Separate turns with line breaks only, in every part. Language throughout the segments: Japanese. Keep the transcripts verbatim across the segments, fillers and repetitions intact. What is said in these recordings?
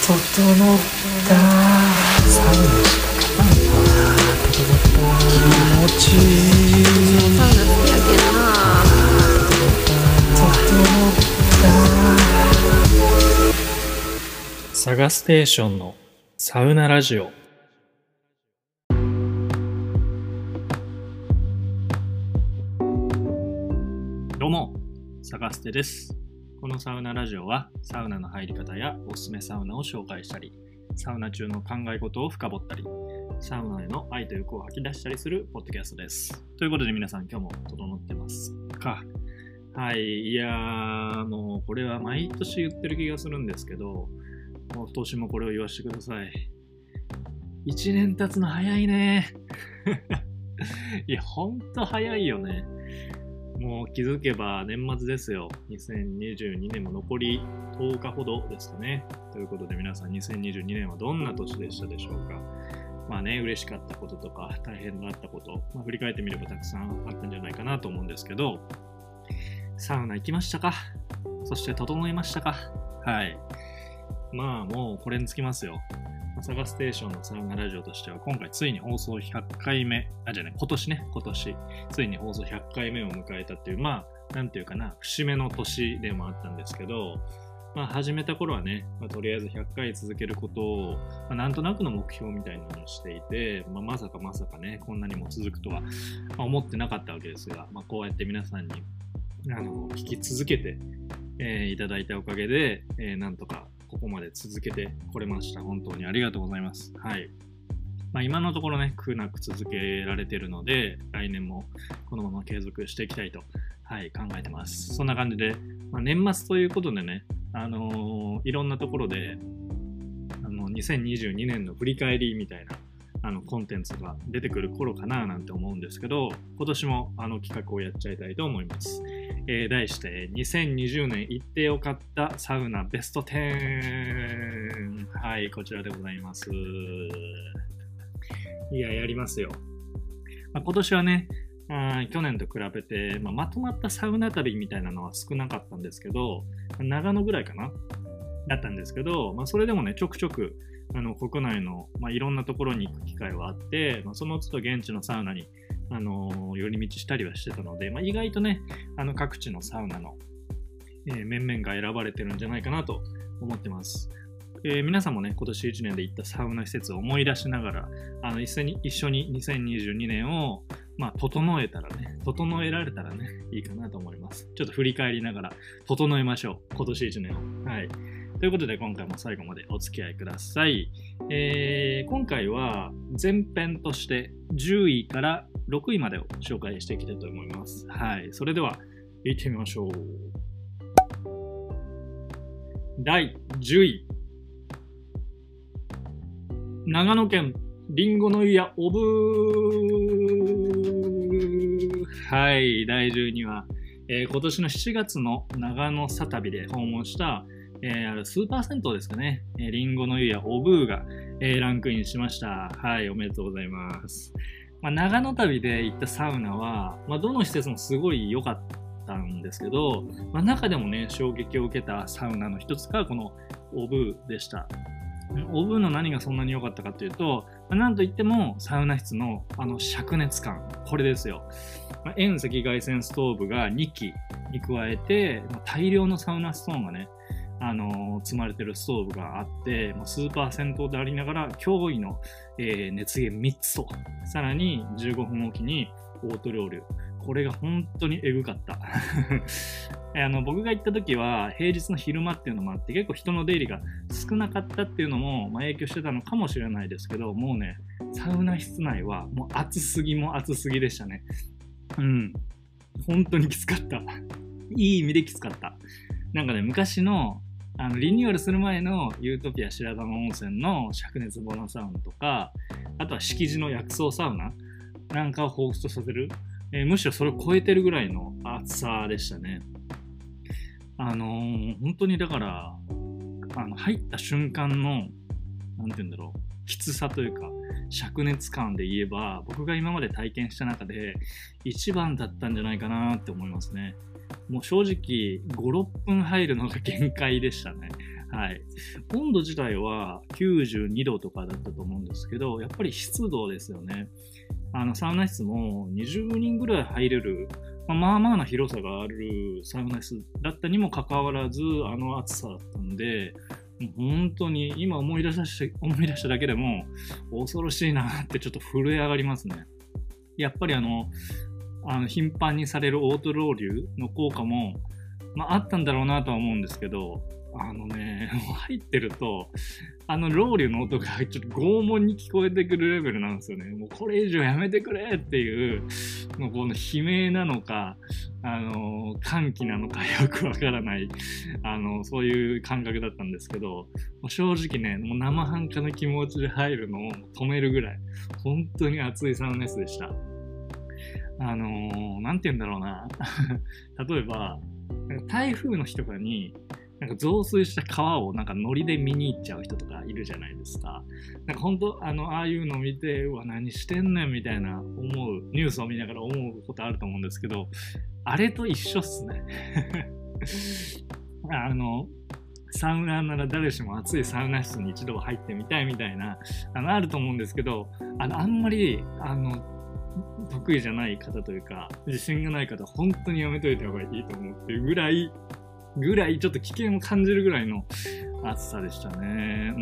整ったサウナしたかな。整った気持ちいい。
サウナ好きやけんな。
整った
サガステーションのサウナラジオ。どうも、サガステです。このサウナラジオはサウナの入り方やおすすめサウナを紹介したり、サウナ中の考え事を深掘ったり、サウナへの愛と欲を吐き出したりするポッドキャストです。ということで皆さん今日も整ってますか？はい、いやーもうこれは毎年言ってる気がするんですけど、もう今年もこれを言わせてください。いちねん経つの早いね。いや、ほんと早いよね。もう気づけば年末ですよ。にせんにじゅうにねんも残りとおかほどですかね。ということで皆さんにせんにじゅうにねんはどんな年でしたでしょうか。まあね、嬉しかったこととか大変だったこと、まあ、振り返ってみればたくさんあったんじゃないかなと思うんですけど、サウナ行きましたか？そして整いましたか？はい。まあもうこれにつきますよ。サガステーションのサウナラジオとしては今回ついに放送ひゃっかいめ、あ、じゃない、今年ね、今年、ついに放送ひゃっかいめを迎えたっていう、まあ、なんていうかな、節目の年でもあったんですけど、まあ始めた頃はね、まあ、とりあえずひゃっかい続けることを、まあ、なんとなくの目標みたいなのをしていて、まあ、まさかまさかね、こんなにも続くとは、まあ、思ってなかったわけですが、まあ、こうやって皆さんにあの聞き続けて、えー、いただいたおかげで、えー、なんとかここまで続けてこれました。本当にありがとうございます。はい。まあ、今のところね、苦なく続けられているので、来年もこのまま継続していきたいと、はい、考えてます。そんな感じで、まあ、年末ということでね、あのー、いろんなところで、あの、にせんにじゅうにねんの振り返りみたいな、あの、コンテンツが出てくる頃かななんて思うんですけど、今年もあの企画をやっちゃいたいと思います。えー、題してにせんにじゅうねん行ってよかったサウナベストじゅう。はい、こちらでございます。いや、やりますよ。まあ、今年はね、あ去年と比べて、まあ、まとまったサウナ旅みたいなのは少なかったんですけど、長野ぐらいかなだったんですけど、まあ、それでもね、ちょくちょくあの国内の、まあ、いろんなところに行く機会はあって、まあ、その都度現地のサウナにあの寄り道したりはしてたので、まあ、意外とね、あの各地のサウナの、えー、面々が選ばれてるんじゃないかなと思ってます。えー、皆さんもね、今年いちねんで行ったサウナ施設を思い出しながら、あの一緒に一緒ににせんにじゅうにねんを、まあ、整えたらね、整えられたらね、いいかなと思います。ちょっと振り返りながら、整えましょう。今年いちねんを。はい。ということで、今回も最後までお付き合いください。えー、今回は前編としてじゅういからろくいまでを紹介していきたいと思います。はい。それでは、行ってみましょう。だいじゅうい。長野県りんごの湯オブ。はい。だいじゅうには、えー、今年のしちがつの長野サ旅で訪問したえー、あるスーパー銭湯ですかね。えー、リンゴの湯やオブーが、えー、ランクインしました。はい、おめでとうございます。まあ、長野旅で行ったサウナは、まあ、どの施設もすごい良かったんですけど、まあ、中でもね、衝撃を受けたサウナの一つがこのオブーでした。オブーの何がそんなに良かったかというと、まあ、なんといってもサウナ室のあの灼熱感、これですよ。まあ、遠赤外線ストーブがにきに加えて、まあ、大量のサウナストーンがね、あのー、積まれてるストーブがあって、スーパー銭湯でありながら驚異の、えー、熱源みっつと、さらにじゅうごふんおきにオートロール。これが本当にエグかった。あの僕が行った時は平日の昼間っていうのもあって結構人の出入りが少なかったっていうのも、まあ、影響してたのかもしれないですけど、もうね、サウナ室内はもう暑すぎも暑すぎでしたね。うん。本当にきつかった。いい意味できつかった。なんかね、昔のあのリニューアルする前のユートピア白玉温泉の灼熱ボナサウナとか、あとは敷地の薬草サウナなんかを彷彿とさせる、えー、むしろそれを超えてるぐらいの暑さでしたね。あのー、本当にだからあの入った瞬間のなんて言うんだろう、きつさというか灼熱感で言えば、僕が今まで体験した中で一番だったんじゃないかなって思いますね。もう正直ご、ろっぷん入るのが限界でしたね。 はい。温度自体はきゅうじゅうにどとかだったと思うんですけど、やっぱり湿度ですよね。あのサウナ室もにじゅうにんぐらい入れる、まあ、まあまあな広さがあるサウナ室だったにもかかわらず、あの暑さだったんで、もう本当に今思い出した思い出しただけでも恐ろしいなってちょっと震え上がりますね。やっぱりあの、あの頻繁にされるオートロウリュの効果も、まあ、あったんだろうなとは思うんですけど、あのね、もう入ってると、あのロウリュの音がちょっと拷問に聞こえてくるレベルなんですよね。もうこれ以上やめてくれっていう、もうこの悲鳴なのか、あの、歓喜なのかよくわからない、あの、そういう感覚だったんですけど、もう正直ね、もう生半可な気持ちで入るのを止めるぐらい、本当に熱いサウナ室でした。あのー、なんて言うんだろうな。例えば、台風の日とかに、なんか増水した川をなんかノリで見に行っちゃう人とかいるじゃないですか。なんか本当あのああいうのを見て、うわ何してんねんみたいな思うニュースを見ながら思うことあると思うんですけど、あれと一緒っすね。あのサウナーなら誰しも暑いサウナ室に一度は入ってみたいみたいなあのあると思うんですけど、あのあんまりあの得意じゃない方というか自信がない方は本当にやめといた方がいいと思うっていうぐらいぐらいちょっと危険を感じるぐらいの暑さでしたね。うん。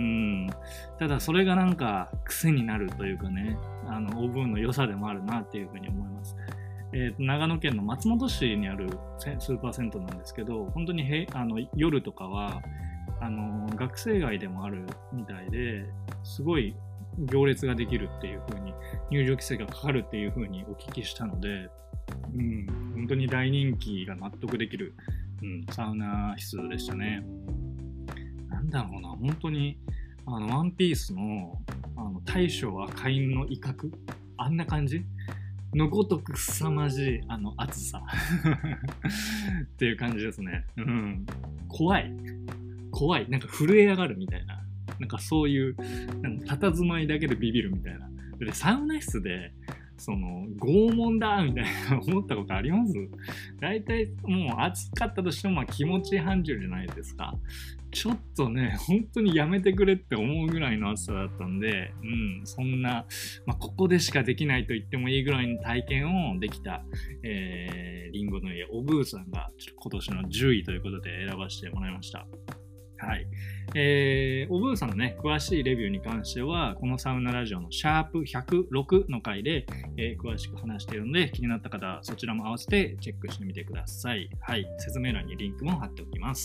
ただそれがなんか癖になるというかね、あのオーブンの良さでもあるなっていうふうに思います。えーと、長野県の松本市にあるスーパー銭湯なんですけど、本当にへあの夜とかはあの学生街でもあるみたいですごい行列ができるっていう風に入場規制がかかるっていう風にお聞きしたので、うん、本当に大人気が納得できる、うん、サウナ室でしたね。なんだろうな、本当にあのワンピースのあの大将赤犬の威嚇、あんな感じのごとく凄まじいあの暑さっていう感じですね。うん、怖い怖いなんか震え上がるみたいな、なんかそういうなんか佇まいだけでビビるみたいな。でサウナ室でその拷問だみたいな思ったことあります？大体もう暑かったとしてもまあ気持ちいい範疇じゃないですか。ちょっとね本当にやめてくれって思うぐらいの暑さだったんで、うん、そんな、まあ、ここでしかできないと言ってもいいぐらいの体験をできた、えー、リンゴの家おブーさんが今年のじゅういということで選ばせてもらいました。はい。えー、おブーさんのね、詳しいレビューに関しては、このサウナラジオのシャープひゃくろくの回で、えー、詳しく話しているので、気になった方はそちらも合わせてチェックしてみてください。はい。説明欄にリンクも貼っておきます。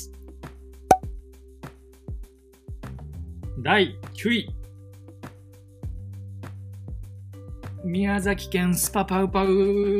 だいきゅうい。宮崎県スパパウパウ。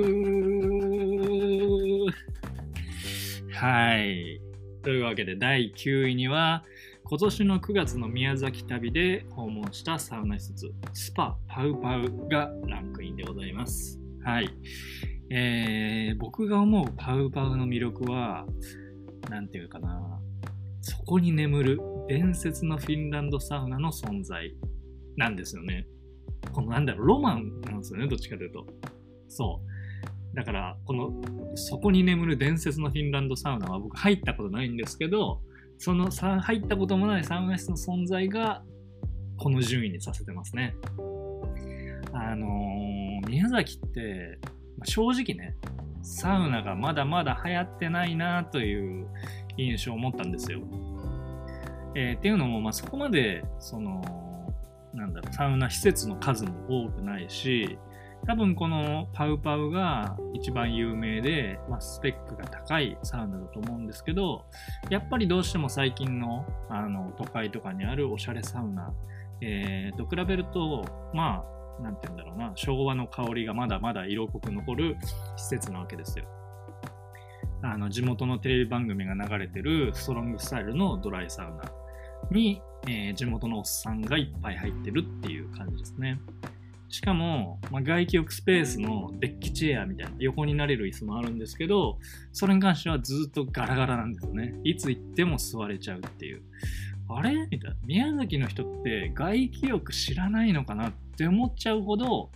はい。というわけでだいきゅういには今年のくがつの宮崎旅で訪問したサウナ施設スパパウパウがランクインでございます。はい、えー、僕が思うパウパウの魅力はなんていうかな、そこに眠る伝説のフィンランドサウナの存在なんですよね。このなんだろうロマンなんですよね、どっちかというと。そうだからこのそこに眠る伝説のフィンランドサウナは僕入ったことないんですけど、そのさ入ったこともないサウナ室の存在がこの順位にさせてますね。あのー、宮崎って正直ねサウナがまだまだ流行ってないなという印象を持ったんですよ。えー、っていうのも、まあ、そこまでそのなんだろうサウナ施設の数も多くないし、多分このパウパウが一番有名で、まあ、スペックが高いサウナだと思うんですけど、やっぱりどうしても最近の、あの都会とかにあるおしゃれサウナ、えー、と比べるとまあなんて言うんだろうな、昭和の香りがまだまだ色濃く残る施設なわけですよ。あの地元のテレビ番組が流れてるストロングスタイルのドライサウナに、えー、地元のおっさんがいっぱい入ってるっていう感じですね。しかも、まあ、外気浴スペースのデッキチェアみたいな横になれる椅子もあるんですけど、それに関してはずっとガラガラなんですよね。いつ行っても座れちゃうっていう。あれみたいな。宮崎の人って外気浴知らないのかなって思っちゃうほど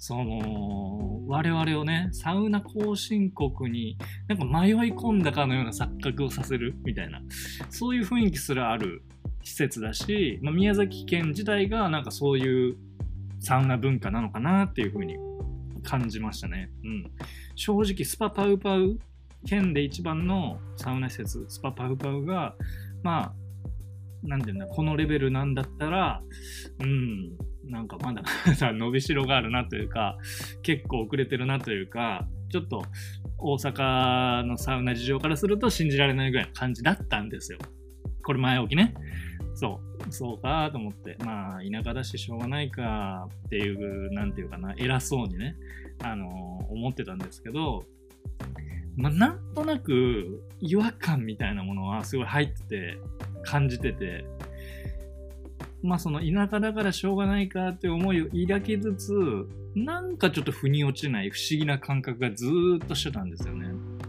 その我々をねサウナ後進国になんか迷い込んだかのような錯覚をさせるみたいな、そういう雰囲気すらある施設だし、まあ、宮崎県自体がなんかそういうサウナ文化なのかなっていう風に感じましたね。うん、正直スパパウパウ県で一番のサウナ施設スパパウパウがまあなんていうんだこのレベルなんだったら、うんなんかまだ伸びしろがあるなというか、結構遅れてるなというか、ちょっと大阪のサウナ事情からすると信じられないぐらいの感じだったんですよ。これ前置きね。そうそうかと思って、まあ田舎だししょうがないかっていうなんていうかな偉そうにね、あのー、思ってたんですけど、まあなんとなく違和感みたいなものはすごい入ってて感じてて。まあその田舎だからしょうがないかっていう思いを抱きつつ、なんかちょっと腑に落ちない不思議な感覚がずーっとしてたんですよね。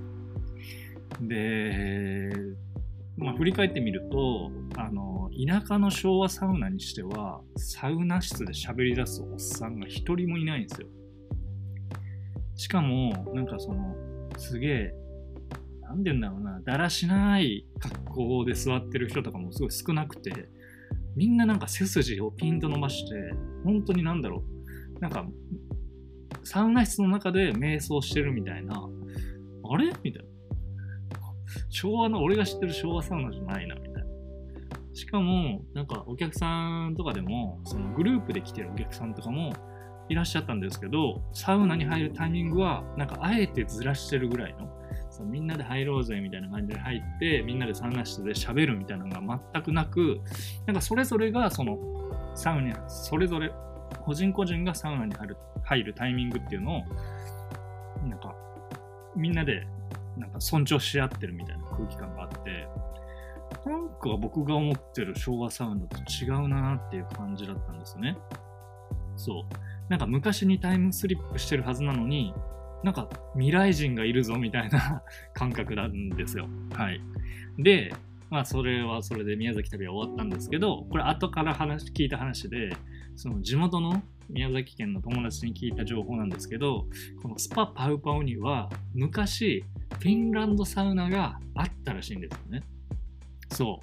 で、まあ振り返ってみると、あの、田舎の昭和サウナにしては、サウナ室で喋り出すおっさんが一人もいないんですよ。しかも、なんかその、すげえ、なんて言うんだろうな、だらしない格好で座ってる人とかもすごい少なくて、みんななんか背筋をピンと伸ばして、本当になんだろう、なんか、サウナ室の中で瞑想してるみたいな、あれみたいな。昭和の、俺が知ってる昭和サウナじゃないな、みたいな。しかも、なんかお客さんとかでも、そのグループで来てるお客さんとかもいらっしゃったんですけど、サウナに入るタイミングは、なんかあえてずらしてるぐらいの、そうみんなで入ろうぜみたいな感じで入ってみんなでサウナ室で喋るみたいなのが全くなく、なんかそれぞれがそのサウナそれぞれ個人個人がサウナに入る入るタイミングっていうのをなんかみんなでなんか尊重し合ってるみたいな空気感があって、なんか僕が思ってる昭和サウナと違うなっていう感じだったんですよね。そうなんか昔にタイムスリップしてるはずなのに、なんか未来人がいるぞみたいな感覚なんですよ。はい。で、まあそれはそれで宮崎旅は終わったんですけど、これ後から話聞いた話で、その地元の宮崎県の友達に聞いた情報なんですけど、このスパパウパウには昔フィンランドサウナがあったらしいんですよね。そう。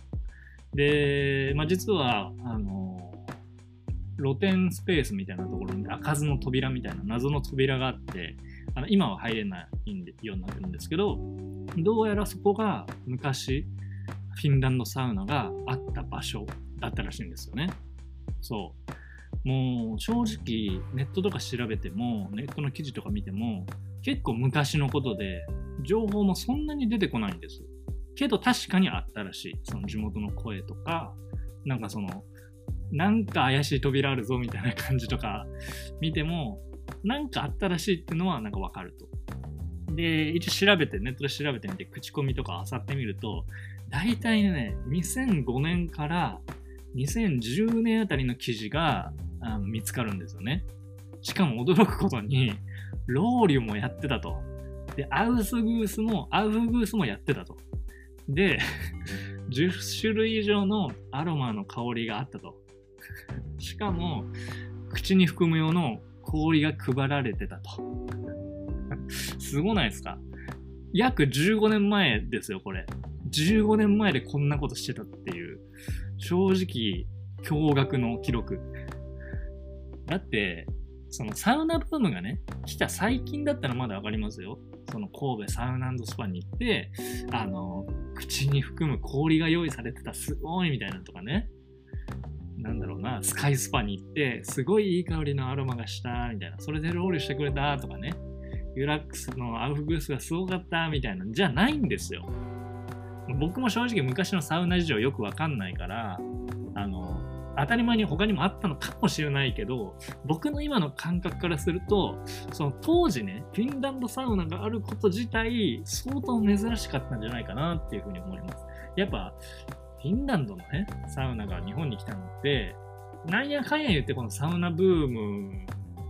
で、まあ実はあの露天スペースみたいなところに開かずの扉みたいな謎の扉があって、あの今は入れないようになってるんですけど、どうやらそこが昔フィンランドサウナがあった場所だったらしいんですよね。そうもう正直ネットとか調べてもネットの記事とか見ても結構昔のことで情報もそんなに出てこないんですけど、確かにあったらしい。その地元の声とかなんかそのなんか怪しい扉あるぞみたいな感じとか見てもなんかあったらしいっていうのはなんかわかると。で、一応調べて、ネットで調べてみて、口コミとか漁ってみると、大体ね、にせんごねんからにせんじゅうねんあたりの記事があの見つかるんですよね。しかも驚くことに、ロウリュもやってたと。で、アウスグースも、アウフグースもやってたと。で、じゅっしゅるい以上のアロマの香りがあったと。しかも、口に含む用の氷が配られてたと。すごないですか？約じゅうごねんまえですよ、これ。じゅうごねんまえでこんなことしてたっていう、正直、驚愕の記録。だって、そのサウナブームがね、来た最近だったらまだわかりますよ。その神戸サウナ&スパに行って、あの、口に含む氷が用意されてたすごいみたいなのとかね。なんだろうな、スカイスパに行って、すごいいい香りのアロマがしたみたいな。それでロールしてくれたとかね。ユラックスのアウフグースがすごかったみたいな。じゃないんですよ。僕も正直昔のサウナ事情よくわかんないから、あの、当たり前に他にもあったのかもしれないけど、僕の今の感覚からすると、その当時ね、フィンランドサウナがあること自体、相当珍しかったんじゃないかなっていうふうに思います。やっぱ、フィンランドのね、サウナが日本に来たのって、なんやかんや言ってこのサウナブーム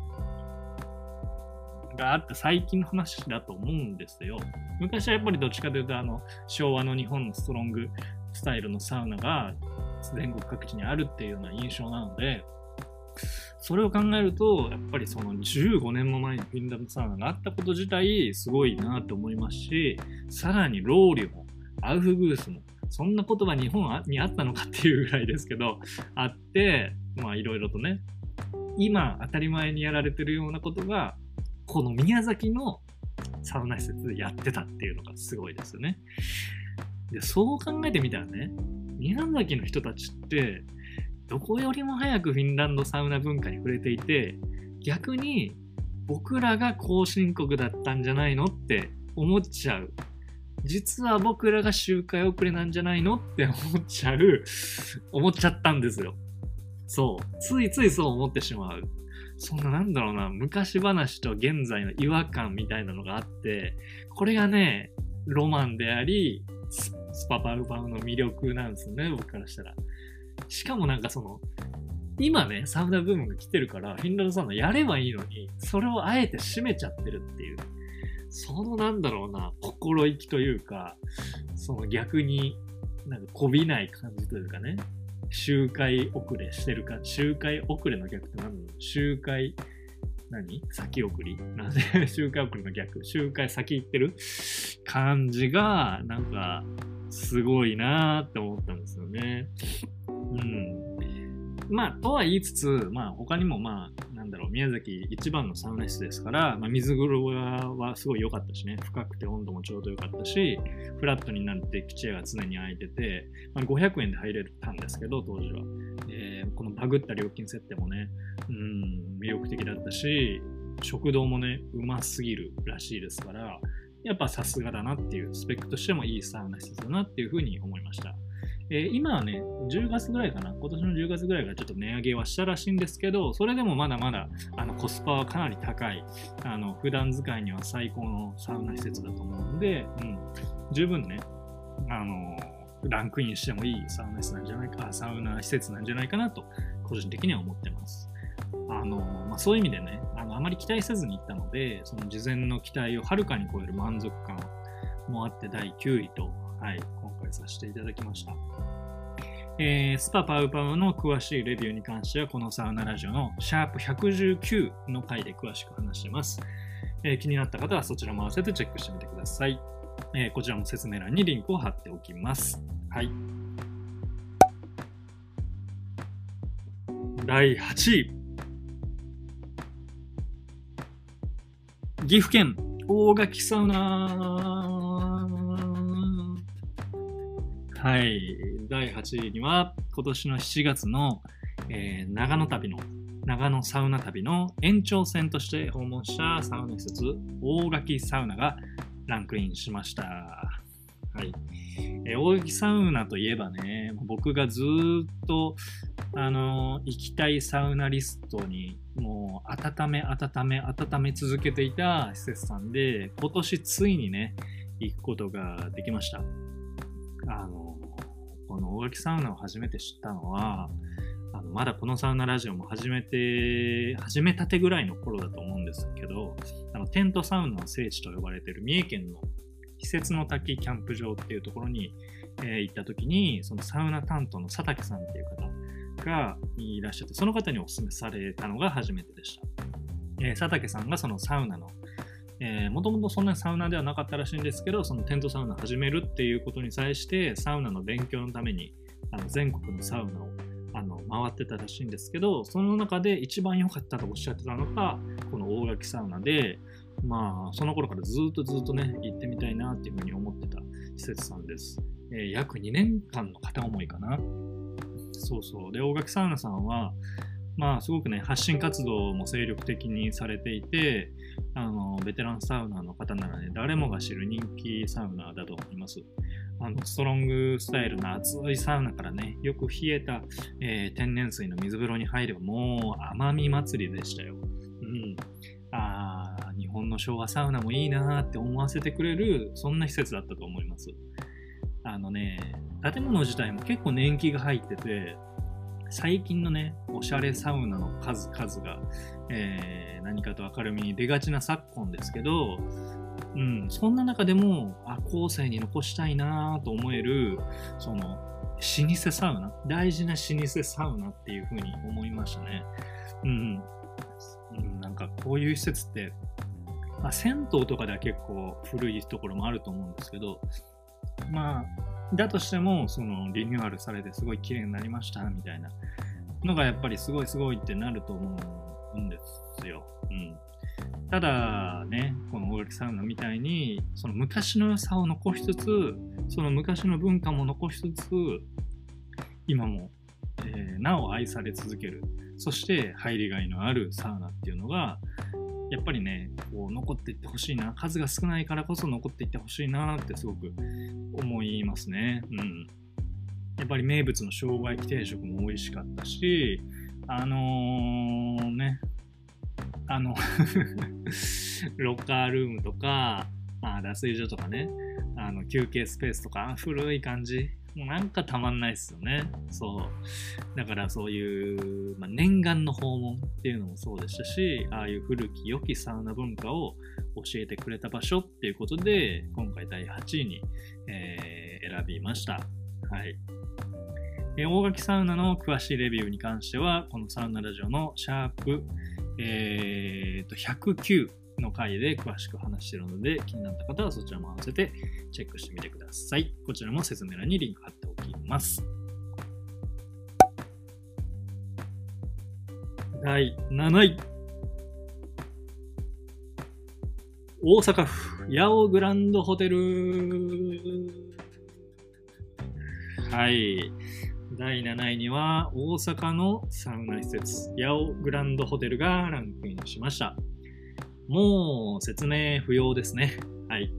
があった最近の話だと思うんですよ。昔はやっぱりどっちかというと、あの、昭和の日本のストロングスタイルのサウナが全国各地にあるっていうような印象なので、 それを考えるとやっぱりそのじゅうごねんも前にフィンランドサウナがあったこと自体すごいなと思いますし、さらにロウリュもアウフグースもそんな言葉日本にあったのかっていうぐらいですけどあって、まあいろいろとね今当たり前にやられてるようなことがこの宮崎のサウナ施設でやってたっていうのがすごいですよね。でそう考えてみたらね、宮崎の人たちってどこよりも早くフィンランドサウナ文化に触れていて、逆に僕らが後進国だったんじゃないのって思っちゃう。実は僕らが周回遅れなんじゃないのって思っちゃう思っちゃったんですよ。そうついついそう思ってしまう。そんななんだろうな、昔話と現在の違和感みたいなのがあって、これがねロマンでありス, スパパウパウの魅力なんですよね、僕からしたら。しかもなんかその今ねサウナブームが来てるからフィンランドサウナやればいいのに、それをあえて閉めちゃってるっていう、そのなんだろうな心意気というか、その逆になんかこびない感じというかね、周回遅れしてるか、周回遅れの逆って何なの、周回何先送りなんで周回遅れの逆、周回先行ってる感じがなんかすごいなーって思ったんですよね。うん。まあとは言いつつ、まあ他にもまあなんだろう、宮崎一番のサウナ室ですから、まあ、水風呂はすごい良かったしね、深くて温度もちょうど良かったし、フラットになってキチェが常に空いてて、まあ、ごひゃくえんで入れたんですけど当時は、えー、このバグった料金設定もね、うん魅力的だったし、食堂もねうますぎるらしいですから、やっぱさすがだなっていう、スペックとしてもいいサウナ施設だなっていうふうに思いました。えー、今はね、じゅうがつぐらいかな、今年のじゅうがつぐらいからちょっと値上げはしたらしいんですけど、それでもまだまだあのコスパはかなり高い、あの普段使いには最高のサウナ施設だと思うんで、うん、十分ね、あのランクインしてもいいサウナ施設なんじゃないか、サウナ施設なんじゃないかなと個人的には思ってます。あのまあ、そういう意味でね、あのあまり期待せずに行ったので、その事前の期待をはるかに超える満足感もあってだいきゅういと、はい、今回させていただきました。えー、スパパウパウの詳しいレビューに関してはこのサウナラジオのシャープひゃくじゅうきゅうの回で詳しく話してます。えー、気になった方はそちらも合わせてチェックしてみてください。えー、こちらも説明欄にリンクを貼っておきます。はい。だいはちい。岐阜県大垣サウナ。はい。だいはちいには今年のしちがつの、えー、長野旅の長野サウナ旅の延長戦として訪問したサウナ施設大垣サウナがランクインしました。はい。えー、大垣サウナといえばね、僕がずっとあのー、行きたいサウナリストにもう温め温め温め続けていた施設さんで、今年ついにね行くことができました。あのこの大垣サウナを初めて知ったのは、あのまだこのサウナラジオも始めて始めたてぐらいの頃だと思うんですけど、あのテントサウナの聖地と呼ばれている三重県の季節の滝キャンプ場っていうところに、えー、行った時に、そのサウナ担当の佐竹さんっていう方がいらっしゃって、その方にお勧めされたのが初めてでした。えー、佐竹さんがそのサウナのもともとそんなサウナではなかったらしいんですけど、そのテントサウナを始めるっていうことに際してサウナの勉強のためにあの全国のサウナをあの回ってたらしいんですけど、その中で一番良かったとおっしゃってたのがこの大垣サウナで、まあその頃からずっとずっとね行ってみたいなっていうふうに思ってた施設さんです。えー、約にねんかんの片思いかな。そうそう。で、大垣サウナさんはまあすごくね発信活動も精力的にされていて、あのベテランサウナーの方ならね誰もが知る人気サウナーだと思います。あのストロングスタイルの熱いサウナからね、よく冷えた、えー、天然水の水風呂に入ればもう奄美祭りでしたよ。うん、あ日本の昭和サウナもいいなって思わせてくれる、そんな施設だったと思います。あのね建物自体も結構年季が入ってて、最近のねおしゃれサウナの数々が、えー、何かと明るみに出がちな昨今ですけど、うん、そんな中でもあ後世に残したいなと思えるその老舗サウナ、大事な老舗サウナっていうふうに思いましたね。うん、うん、なんかこういう施設って、まあ、銭湯とかでは結構古いところもあると思うんですけど、まあだとしてもそのリニューアルされてすごい綺麗になりましたみたいなのがやっぱりすごいすごいってなると思うんですよ。うん、ただね、この大垣サウナみたいにその昔の良さを残しつつ、その昔の文化も残しつつ、今も、えー、なお愛され続ける、そして入りがいのあるサウナっていうのがやっぱりね、こう残っていってほしいな、数が少ないからこそ残っていってほしいなってすごく思いますね。うん、やっぱり名物の生姜焼き定食も美味しかったし、あのー、ねあのロッカールームとか、あ脱衣所とかね、あの休憩スペースとか古い感じ、もうなんかたまんないですよね。そうだからそういう、まあ、念願の訪問っていうのもそうでしたし、ああいう古き良きサウナ文化を教えてくれた場所っていうことで今回だいはちいに、えー、選びました。はい。えー、大垣サウナの詳しいレビューに関してはこのサウナラジオのシャープ、えー、とひゃくきゅうの回で詳しく話しているので、気になった方はそちらも合わせてチェックしてみてください。こちらも説明欄にリンク貼っておきます。だいなない、大阪府八尾グランドホテル。はい、だいなないには大阪のサウナ施設八尾グランドホテルがランクインしました。もう説明不要ですね。はい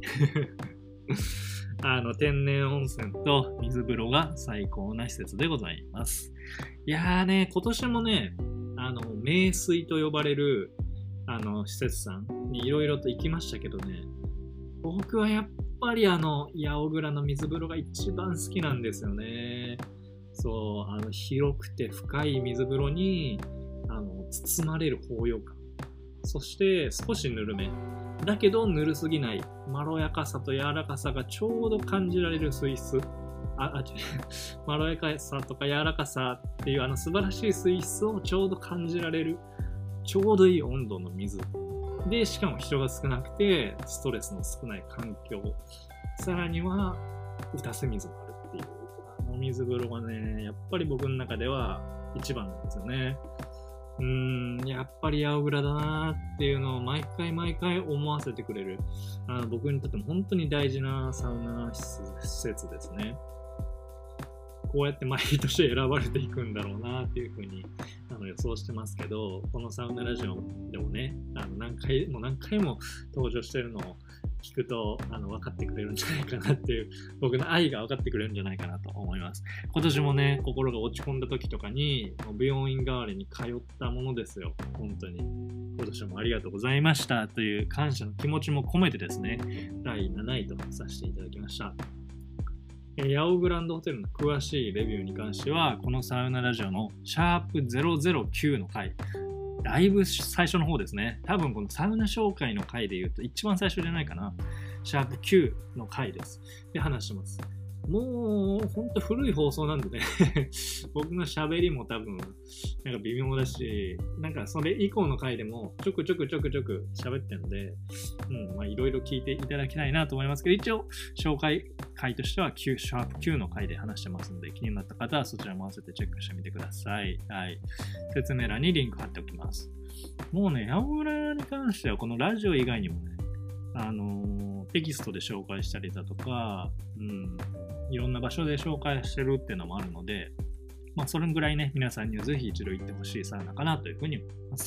あの天然温泉と水風呂が最高な施設でございます。いやーね、今年もね、あの名水と呼ばれるあの施設さんにいろいろと行きましたけどね、僕はやっぱりあの八尾蔵の水風呂が一番好きなんですよね。そう、あの広くて深い水風呂にあの包まれる包容感、そして少しぬるめだけどぬるすぎないまろやかさと柔らかさがちょうど感じられる水質、ああまろやかさとか柔らかさっていうあの素晴らしい水質をちょうど感じられるちょうどいい温度の水で、しかも人が少なくてストレスの少ない環境、さらには打たせ水もあるっていう、あの水風呂がね、やっぱり僕の中では一番なんですよね。うーん、やっぱり八尾蔵だなっていうのを毎回毎回思わせてくれる、あの僕にとっても本当に大事なサウナ施設ですね。こうやって毎年選ばれていくんだろうなっていうふうにあの予想してますけど、このサウナラジオでもね、あの何回も何回も登場してるのを聞くとあの分かってくれるんじゃないかなっていう、僕の愛が分かってくれるんじゃないかなと思います。今年もね、心が落ち込んだ時とかに病院代わりに通ったものですよ。本当に今年もありがとうございましたという感謝の気持ちも込めてですね、だいなないとさせていただきました。八尾グランドホテルの詳しいレビューに関してはこのサウナラジオのシャープゼロゼロきゅうの回、だいぶ最初の方ですね。多分このサウナ紹介の回で言うと一番最初じゃないかな。シャープきゅうの回です。で話してます。もうほんと古い放送なんでね僕の喋りも多分なんか微妙だし、なんかそれ以降の回でもちょくちょくちょくちょく喋ってるので、うん、まあいろいろ聞いていただきたいなと思いますけど、一応紹介回としてはきゅうシャープきゅうの回で話してますので、気になった方はそちらも合わせてチェックしてみてください。はい。説明欄にリンク貼っておきます。もうね、八尾蔵に関してはこのラジオ以外にもね、あのー、テキストで紹介したりだとか、うん、いろんな場所で紹介してるっていうのもあるので、まあそれぐらいね、皆さんにはぜひ一度行ってほしいサウナかなというふうに思います。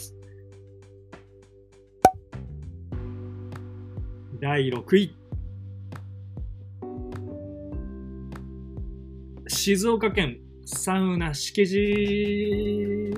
だいろくい、静岡県サウナ敷地。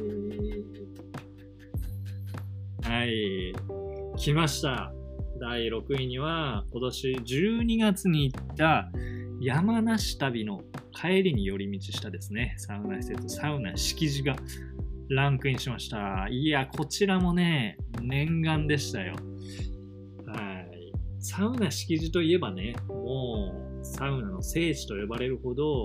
はい、来ました。だいろくいには今年じゅうにがつに行った山梨旅の帰りに寄り道したですね、サウナ施設サウナ敷地がランクインしました。いや、こちらもね、念願でしたよ。はい、サウナ敷地といえばね、もうサウナの聖地と呼ばれるほど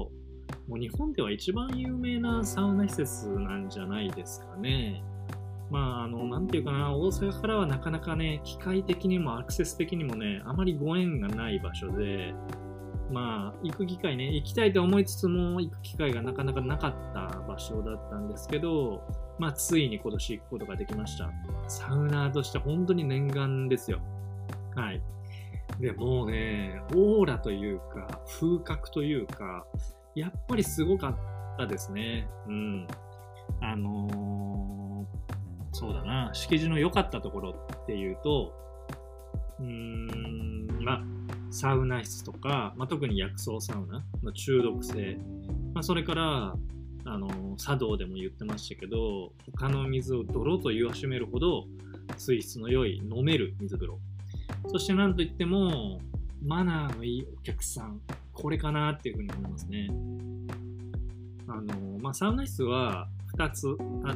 もう日本では一番有名なサウナ施設なんじゃないですかね。まあ、あの、なんていうかな、大阪からはなかなかね、機械的にもアクセス的にもね、あまりご縁がない場所で、まあ、行く機会ね、行きたいと思いつつも、行く機会がなかなかなかった場所だったんですけど、まあ、ついに今年行くことができました。サウナーとして本当に念願ですよ。はい。で、もうね、オーラというか、風格というか、やっぱりすごかったですね。うん。あのー、そうだな、敷地の良かったところっていうと、うーん、まあ、サウナ室とか、まあ、特に薬草サウナの中毒性、まあ、それから、あのー、茶道でも言ってましたけど、他の水を泥と言わしめるほど水質の良い飲める水風呂。そしてなんといっても、マナーのいいお客さん、これかなっていうふうに思いますね。あのー、まあ、サウナ室はふたつあって、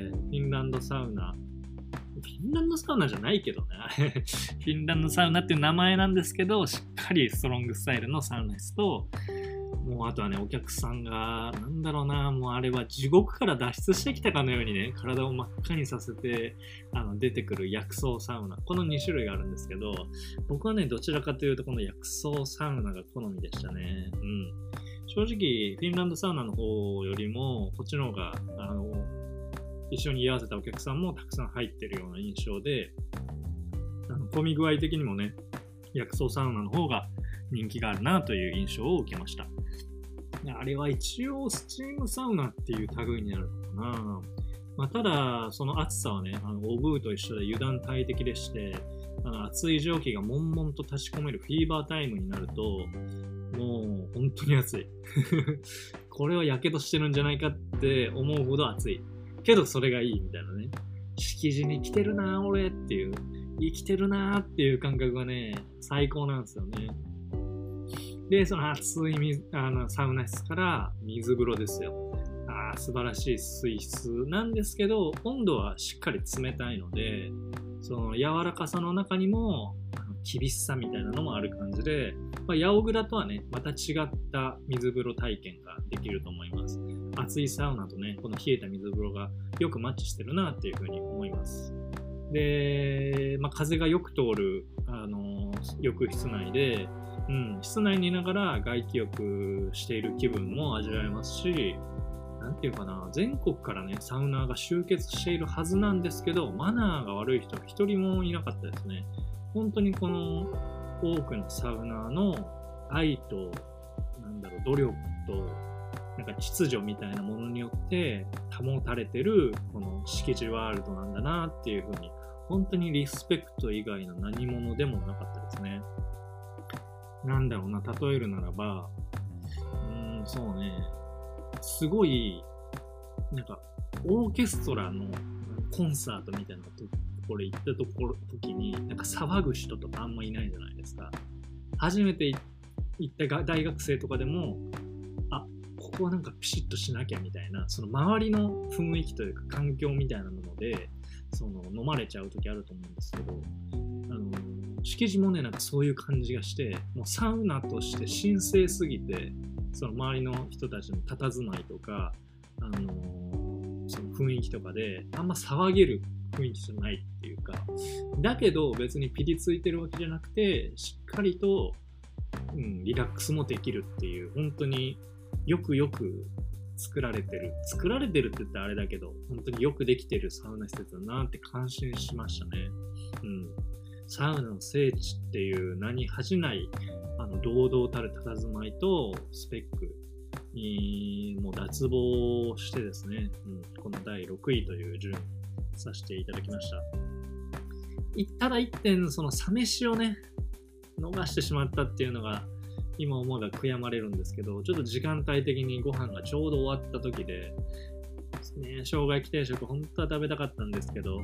フィンランドサウナ、フィンランドサウナじゃないけどね。フィンランドサウナっていう名前なんですけど、しっかりストロングスタイルのサウナ室と、もうあとはね、お客さんが、なんだろうな、もうあれは地獄から脱出してきたかのようにね、体を真っ赤にさせて、あの、出てくる薬草サウナ。このに種類があるんですけど、僕はね、どちらかというとこの薬草サウナが好みでしたね。うん。正直、フィンランドサウナの方よりも、こっちの方が、あの、一緒に居合わせたお客さんもたくさん入ってるような印象で、あの混み具合的にもね、薬草サウナの方が人気があるなという印象を受けました。あれは一応スチームサウナっていう類になるのかな。まあ、ただ、その暑さはね、あのオブーと一緒で油断大敵でして、あの熱い蒸気が悶々と立ち込めるフィーバータイムになると、もう本当に暑い。これは火傷してるんじゃないかって思うほど暑い。けどそれがいいみたいなね。敷地に来てるな俺っていう、生きてるなっていう感覚がね、最高なんですよね。で、その熱い水あのサウナ室から水風呂ですよ。あ素晴らしい水質なんですけど、温度はしっかり冷たいので、その柔らかさの中にも厳しさみたいなのもある感じで、まあ、ヤオグラとはね、また違った水風呂体験ができると思います。熱いサウナとね、この冷えた水風呂がよくマッチしてるなっていうふうに思います。で、まあ、風がよく通る、あのー、浴室内で、うん、室内にいながら外気浴している気分も味わえますし、なんていうかな、全国からね、サウナーが集結しているはずなんですけど、マナーが悪い人が一人もいなかったですね。本当にこの多くのサウナーの愛と、なんだろう、努力と、なんか秩序みたいなものによって保たれてるこの敷地ワールドなんだなっていうふうに、本当にリスペクト以外の何者でもなかったですね。なんだろうな、例えるならば、うーん、そうね、すごい、なんか、オーケストラのコンサートみたいなところ行ったところ、時に、なんか騒ぐ人とかあんまいないじゃないですか。初めて行った大学生とかでも、あ、ここはなんかピシッとしなきゃみたいな、その周りの雰囲気というか環境みたいなもので、その飲まれちゃう時あると思うんですけど、あの、敷地もね、なんかそういう感じがして、もうサウナとして神聖すぎて、その周りの人たちの佇まいとか、あのー、その雰囲気とかであんま騒げる雰囲気じゃないっていうか、だけど別にピリついてるわけじゃなくて、しっかりと、うん、リラックスもできるっていう、本当によくよく作られてる作られてるって言ったらあれだけど、本当によくできてるサウナ施設だなって感心しましたね。うん、サウナの聖地っていう名に恥じないあの堂々たる佇まいとスペックにもう脱帽してですね、うん、このだいろくいという順位させていただきました。ただ一点、そのサ飯をね逃してしまったっていうのが今思うが悔やまれるんですけど、ちょっと時間帯的にご飯がちょうど終わった時で、ね、生姜焼き定食本当は食べたかったんですけど、うん、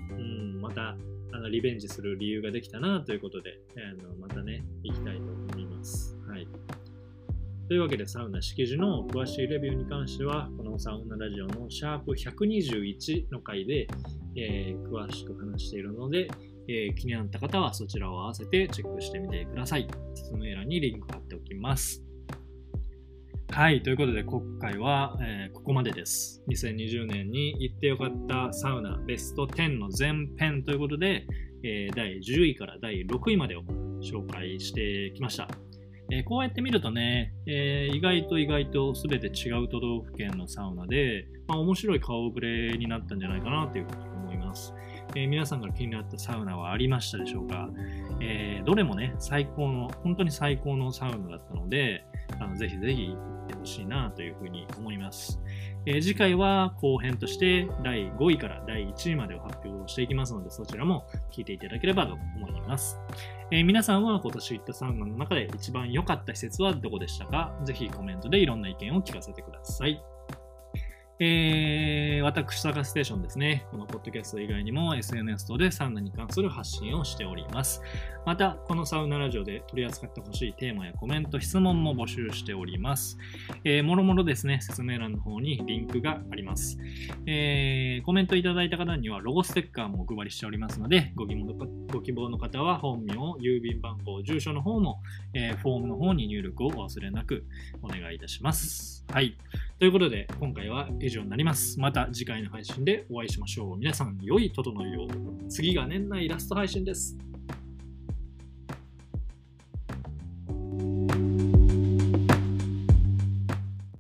またあのリベンジする理由ができたなということで、あのまたね行きたいと思います。はい。というわけで、サウナ敷地の詳しいレビューに関しては、このサウナラジオのシャープひゃくにじゅういちの回で、えー、詳しく話しているので、えー、気になった方はそちらを合わせてチェックしてみてください。説明欄にリンク貼っておきます。 はい、ということで今回は、えーここまでです。にせんにじゅうねんに行ってよかったサウナベストじゅうの前編ということで、えーだいじゅういからだいろくいまでを紹介してきました。えーこうやって見るとね、えー意外と意外と全て違う都道府県のサウナで、まあ、面白い顔ぶれになったんじゃないかなというふうに思います。えー皆さんが気になったサウナはありましたでしょうか？えーどれもね、最高の、本当に最高のサウナだったので、あのぜひぜひ行ってほしいなというふうに思います。えー次回は後編としてだいごいからだいいちいまでを発表していきますので、そちらも聞いていただければと思います。えー皆さんは今年行ったサウナの中で一番良かった施設はどこでしたか？ぜひコメントでいろんな意見を聞かせてください。えー、私、サガステーションですね。このポッドキャスト以外にも エスエヌエス 等でサウナに関する発信をしております。また、このサウナラジオで取り扱ってほしいテーマやコメント、質問も募集しております。えー、もろもろですね、説明欄の方にリンクがあります。えー、コメントいただいた方にはロゴステッカーもお配りしておりますので、ご希望のご希望の方は本名、郵便番号、住所の方も、えー、フォームの方に入力をお忘れなくお願いいたします。はい。ということで、今回は以上になります。また次回の配信でお会いしましょう。皆さん、良い整いを。次が年内ラスト配信です。